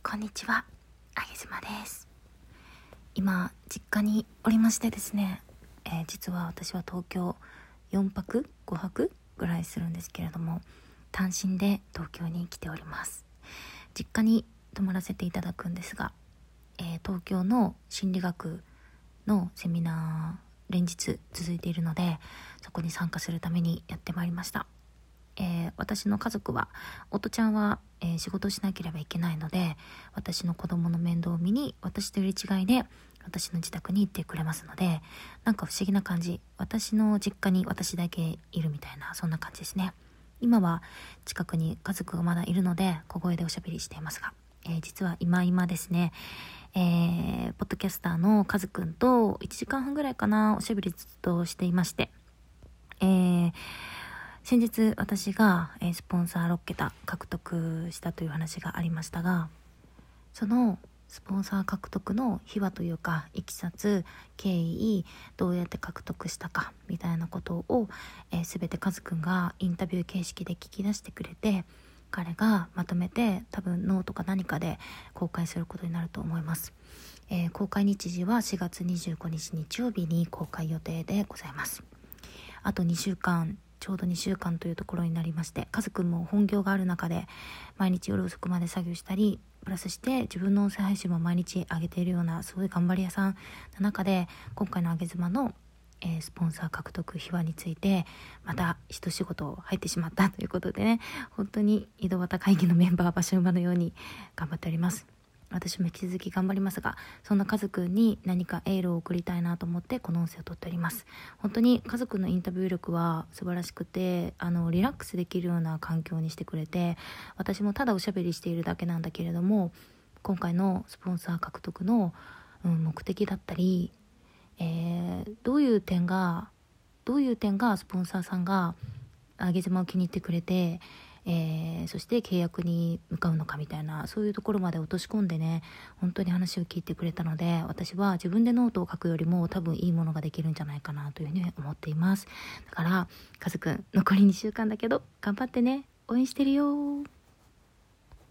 こんにちは、あげずまです。今実家におりましてですね、実は私は東京4泊5泊ぐらいするんですけれども、単身で東京に来ております。実家に泊まらせていただくんですが、東京の心理学のセミナー連日続いているので、そこに参加するためにやってまいりました。私の家族は、夫ちゃんは、仕事をしなければいけないので、私の子供の面倒を見に私と入れ違いで私の自宅に行ってくれますので、なんか不思議な感じ、私の実家に私だけいるみたいな、そんな感じですね。今は近くに家族がまだいるので小声でおしゃべりしていますが、実は今ですね、ポッドキャスターのカズくんと1時間半ぐらいかな、おしゃべりずっとしていまして、先日私がスポンサー6桁獲得したという話がありましたが、そのスポンサー獲得の秘話というか、いきさつ、経緯、どうやって獲得したかみたいなことを、全てカズくんがインタビュー形式で聞き出してくれて、彼がまとめて多分ノートか何かで公開することになると思います。公開日時は4月25日日曜日に公開予定でございます。あと2週間、ちょうど2週間というところになりまして、カズくんも本業がある中で毎日夜遅くまで作業したり、プラスして自分の音声配信も毎日上げているようなすごい頑張り屋さんの中で、今回のあげ妻の、スポンサー獲得秘話についてまた一仕事入ってしまったということでね、本当に井戸端会議のメンバー馬車馬のように頑張っております。私も引き続き頑張りますが、そんなカズくんに何かエールを送りたいなと思ってこの音声を撮っております。本当にカズくんのインタビュー力は素晴らしくて、リラックスできるような環境にしてくれて、私もただおしゃべりしているだけなんだけれども、今回のスポンサー獲得の、目的だったり、どういう点がスポンサーさんがあげ妻を気に入ってくれて、そして契約に向かうのかみたいな、そういうところまで落とし込んでね、本当に話を聞いてくれたので、私は自分でノートを書くよりも多分いいものができるんじゃないかなというふうに思っています。だからカズくん、残り2週間だけど頑張ってね、応援してるよ。